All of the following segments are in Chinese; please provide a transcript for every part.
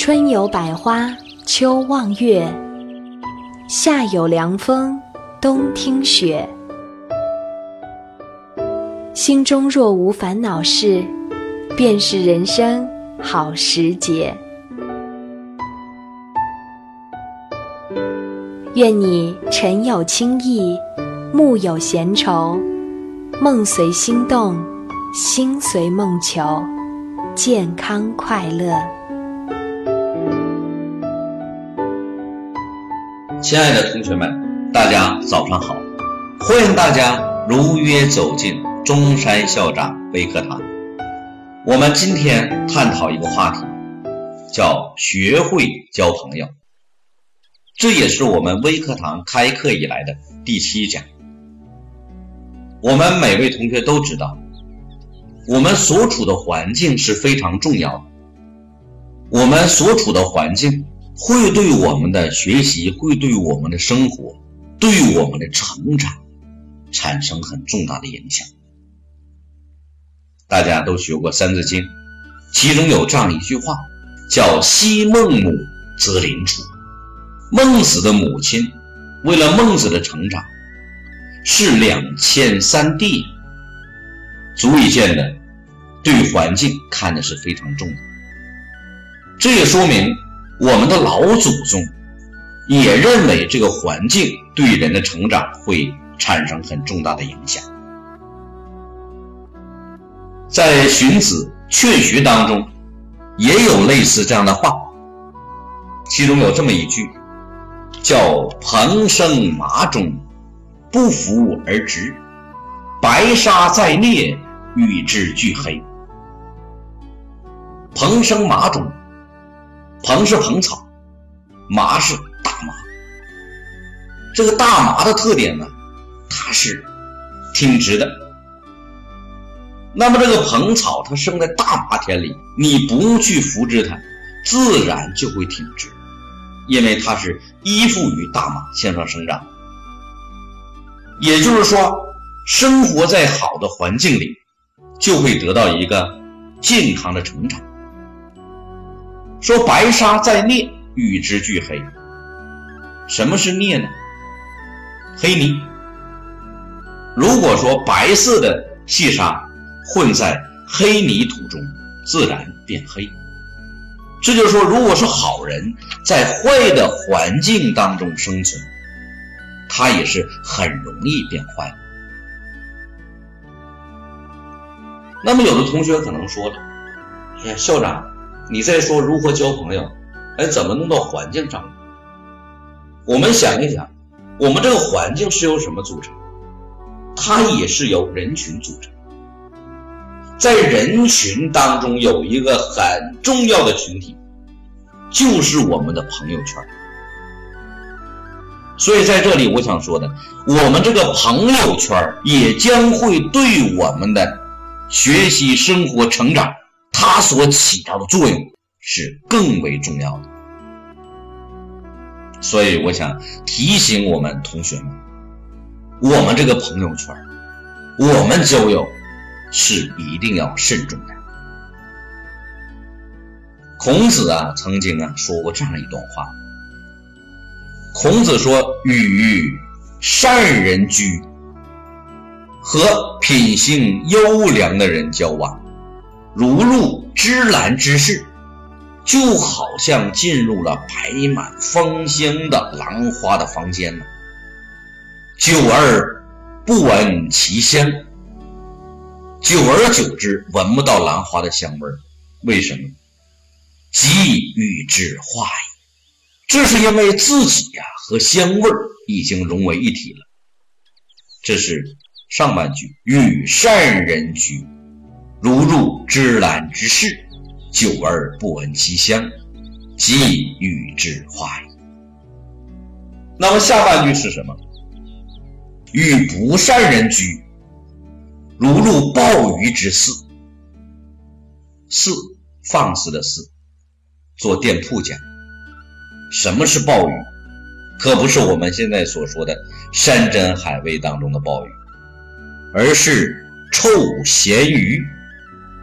春有百花，秋望月，夏有凉风，冬听雪。心中若无烦恼事，便是人生好时节。愿你晨有清意，暮有闲愁，梦随心动，心随梦求，健康快乐。 亲爱的同学们，大家早上好，欢迎大家如约走进中山校长微课堂。我们今天探讨一个话题，叫学会交朋友。这也是我们微课堂开课以来的第7讲。我们每位同学都知道，我们所处的环境是非常重要的。我们所处的环境会对我们的学习，会对我们的生活，对我们的成长产生很重大的影响。大家都学过《三字经》，其中有这样一句话，叫昔孟母，择邻处。孟子的母亲为了孟子的成长，是2迁3地，足以见得对环境看的是非常重的。这也说明我们的老祖宗也认为这个环境对人的成长会产生很重大的影响。在荀子《劝学》当中也有类似这样的话，其中有这么一句，叫蓬生麻中，不服而直，白沙在列，与之俱黑。蓬生麻中，蓬是蓬草，麻是大麻。这个大麻的特点呢，它是挺直的。那么这个蓬草它生在大麻田里，你不用去扶植它，自然就会挺直，因为它是依附于大麻向上生长。也就是说，生活在好的环境里，就会得到一个健康的成长。说白沙在列，与之俱黑。什么是列呢？黑泥。如果说白色的细沙混在黑泥土中，自然变黑。这就是说，如果是好人在坏的环境当中生存，他也是很容易变坏的。那么有的同学可能说了，哎呀，校长你在说如何交朋友，怎么弄到环境上了？我们想一想，我们这个环境是由什么组成？它也是由人群组成。在人群当中有一个很重要的群体，就是我们的朋友圈。所以在这里我想说的，我们这个朋友圈也将会对我们的学习、生活、成长，它所起到的作用是更为重要的。所以我想提醒我们同学们，我们这个朋友圈，我们交友是一定要慎重的。孔子曾经说过这样一段话。孔子说，与善人居，和品性优良的人交往，如入芝兰之室，就好像进入了摆满芳香的兰花的房间了。久而不闻其香，久而久之闻不到兰花的香味。为什么？即与之化矣。这是因为自己和香味已经融为一体了。这是上半句，与善人居，如入芝兰之室，久而不闻其香，即与之化矣。那么下半句是什么？与不善人居，如入鲍鱼之肆。肆，放肆的肆，做店铺讲。什么是鲍鱼？可不是我们现在所说的山珍海味当中的鲍鱼，而是臭咸鱼。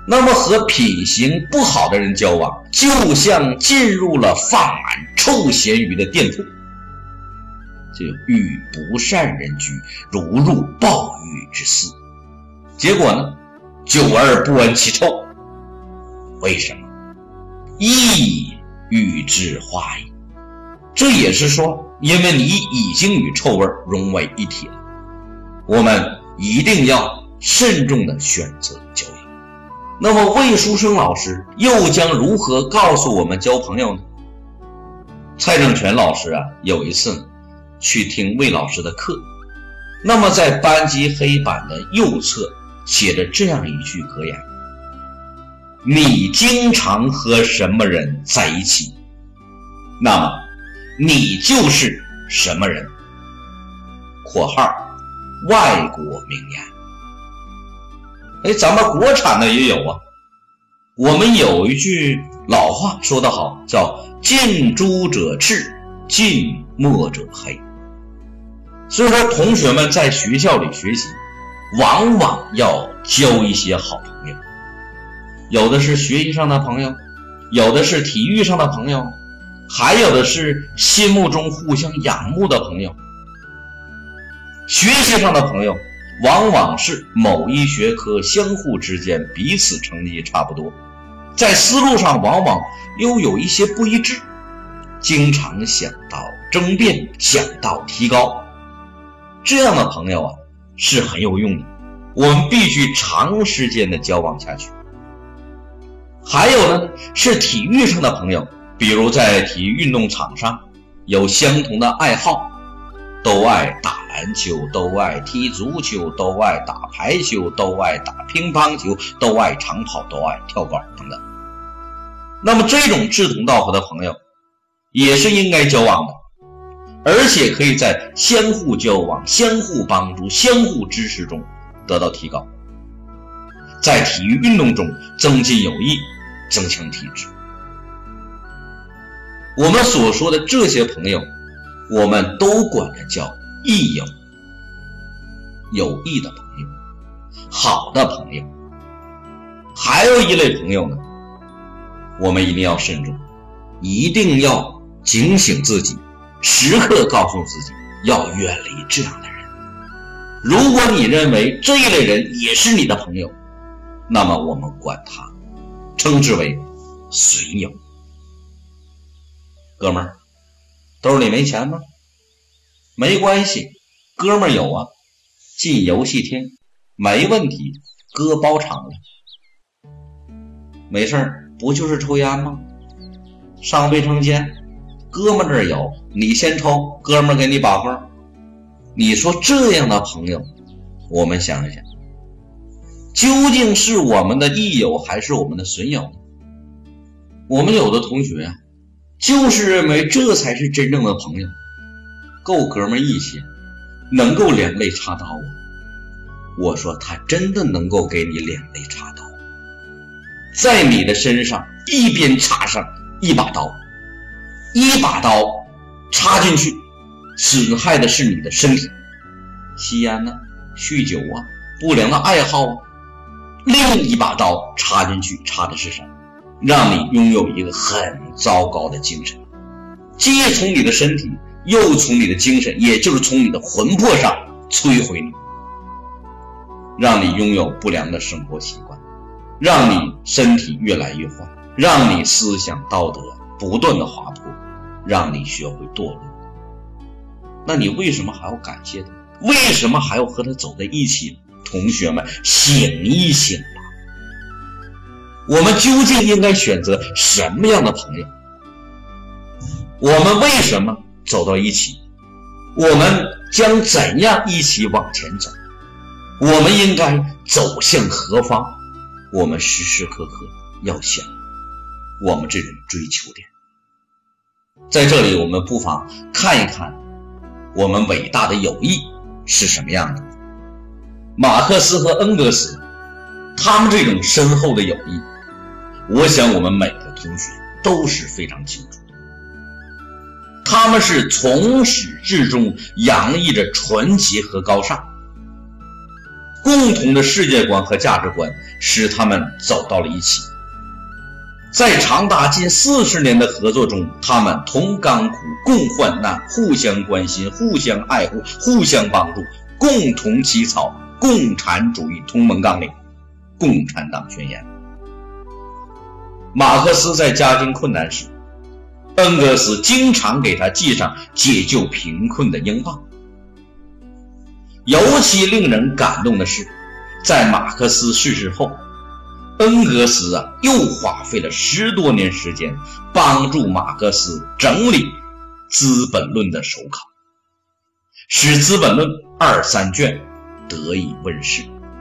那么和品行不好的人交往，就像进入了放满臭咸鱼的店铺，就与不善人居，如入鲍鱼之肆。结果呢，久而不闻其臭。为什么？亦与之化矣。这也是说，因为你已经与臭味融为一体了。我们一定要慎重地选择交友。那么魏书生老师又将如何告诉我们交朋友呢？蔡正全老师有一次去听魏老师的课，那么在班级黑板的右侧写着这样一句格言：你经常和什么人在一起，那么你就是什么人。括号外国名言。咱们国产的也有啊。我们有一句老话说得好，叫近朱者赤，近墨者黑。所以说同学们在学校里学习，往往要交一些好朋友，有的是学习上的朋友，有的是体育上的朋友，还有的是心目中互相仰慕的朋友。学习上的朋友往往是某一学科相互之间彼此成绩差不多，在思路上往往又有一些不一致，经常想到争辩，想到提高。这样的朋友是很有用的，我们必须长时间的交往下去。还有呢，是体育上的朋友，比如在体育运动场上有相同的爱好，都爱打篮球，都爱踢足球，都爱打排球，都爱打乒乓球，都爱长跑，都爱跳高等等。那么这种志同道合的朋友也是应该交往的，而且可以在相互交往、相互帮助、相互支持中得到提高，在体育运动中增进友谊，增强体质。我们所说的这些朋友，我们都管它叫益友，有益的朋友，好的朋友。还有一类朋友呢，我们一定要慎重，一定要警醒自己，时刻告诉自己要远离这样的人。如果你认为这一类人也是你的朋友，那么我们管他称之为损友。哥们儿，兜里没钱吗？没关系，哥们儿有啊，进游戏厅没问题，哥包场了。没事，不就是抽烟吗？上卫生间，哥们儿这儿有，你先抽，哥们儿给你把风。你说这样的朋友，我们想一想，究竟是我们的益友还是我们的损友呢？我们有的同学就是认为这才是真正的朋友，够哥们义气，能够两肋插刀啊。我说他真的能够给你两肋插刀，在你的身上一边插上一把刀，一把刀插进去，损害的是你的身体，吸烟呢，酗酒啊，不良的爱好啊。另一把刀插进去，插的是什么？让你拥有一个很糟糕的精神，既从你的身体，又从你的精神，也就是从你的魂魄上摧毁你，让你拥有不良的生活习惯，让你身体越来越坏，让你思想道德不断的滑坡，让你学会堕落。那你为什么还要感谢他？为什么还要和他走在一起？同学们，醒一醒吧！我们究竟应该选择什么样的朋友？我们为什么走到一起？我们将怎样一起往前走？我们应该走向何方？我们时时刻刻要想我们这种追求点。在这里我们不妨看一看我们伟大的友谊是什么样的。马克思和恩格斯他们这种深厚的友谊，我想我们每个同学都是非常清楚的。他们是从始至终洋溢着纯洁和高尚， 共同的世界观和价值观使他们走到了一起。在长达近40年的合作中，他们同甘苦，共患难，互相关心，互相爱护，互相帮助，共同起草共产主义同盟纲领、共产党宣言。马克思在家境困难时，恩格斯经常给他寄上解救贫困的英镑。尤其令人感动的是，在马克思逝世后，恩格斯又花费了10多年时间帮助马克思整理《资本论》的手稿，使《资本论》2、3卷得以问世。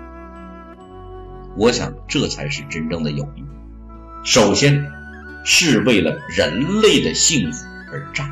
我想这才是真正的友谊，首先是为了人类的幸福而战，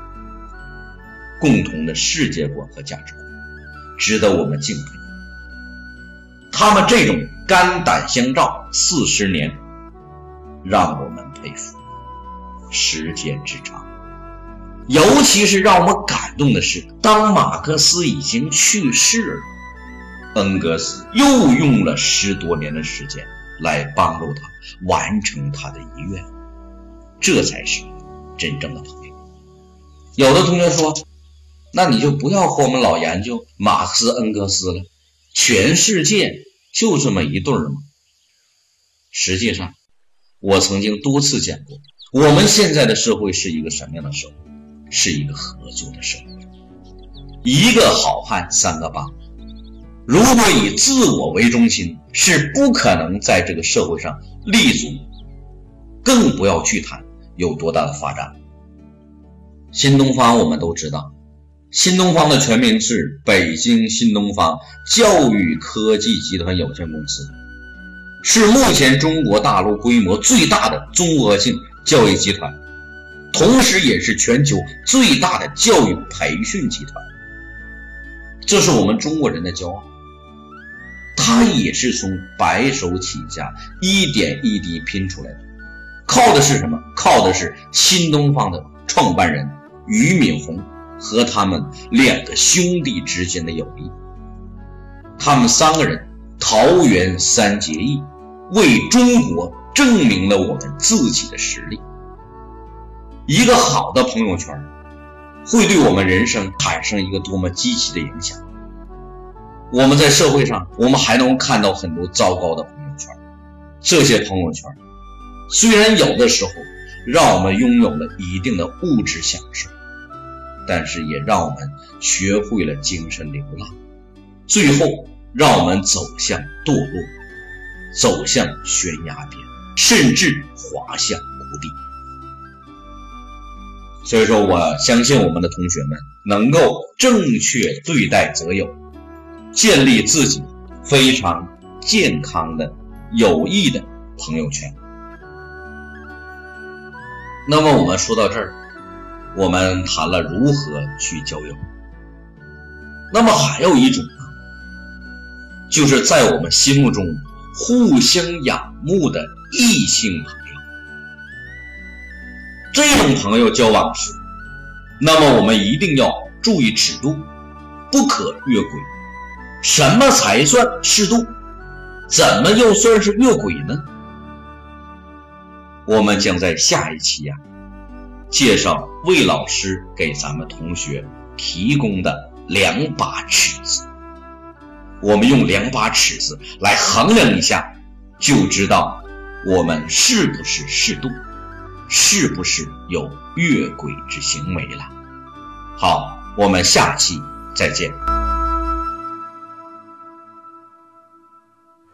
共同的世界观和价值观值得我们敬佩。他们这种肝胆相照40年，让我们佩服。时间之长，尤其是让我们感动的是，当马克思已经去世了，恩格斯又用了10多年的时间来帮助他完成他的遗愿，这才是真正的朋友。有的同学说，那你就不要和我们老研究马克思、恩格斯了，全世界就这么一对吗？实际上，我曾经多次讲过，我们现在的社会是一个什么样的社会？是一个合作的社会。一个好汉3个帮，如果以自我为中心，是不可能在这个社会上立足，更不要去谈有多大的发展。新东方我们都知道，新东方的全名是北京新东方教育科技集团有限公司，是目前中国大陆规模最大的综合性教育集团，同时也是全球最大的教育培训集团。这是我们中国人的骄傲，它也是从白手起家一点一滴拼出来的。靠的是什么？靠的是新东方的创办人俞敏洪和他们2个兄弟之间的友谊。他们3个人桃园3结义，为中国证明了我们自己的实力。一个好的朋友圈会对我们人生产生一个多么积极的影响。我们在社会上，我们还能看到很多糟糕的朋友圈，这些朋友圈虽然有的时候让我们拥有了一定的物质享受，但是也让我们学会了精神流浪，最后让我们走向堕落，走向悬崖边，甚至滑向谷底。所以说，我相信我们的同学们能够正确对待择友，建立自己非常健康的有益的朋友圈。那么我们说到这儿，我们谈了如何去交友。那么还有一种呢，就是在我们心目中互相仰慕的异性朋友。这种朋友交往时，那么我们一定要注意尺度，不可越轨。什么才算适度？怎么又算是越轨呢？我们将在下一期介绍魏老师给咱们同学提供的2把尺子。我们用2把尺子来衡量一下，就知道我们是不是适度，是不是有越轨之行为了。好，我们下期再见。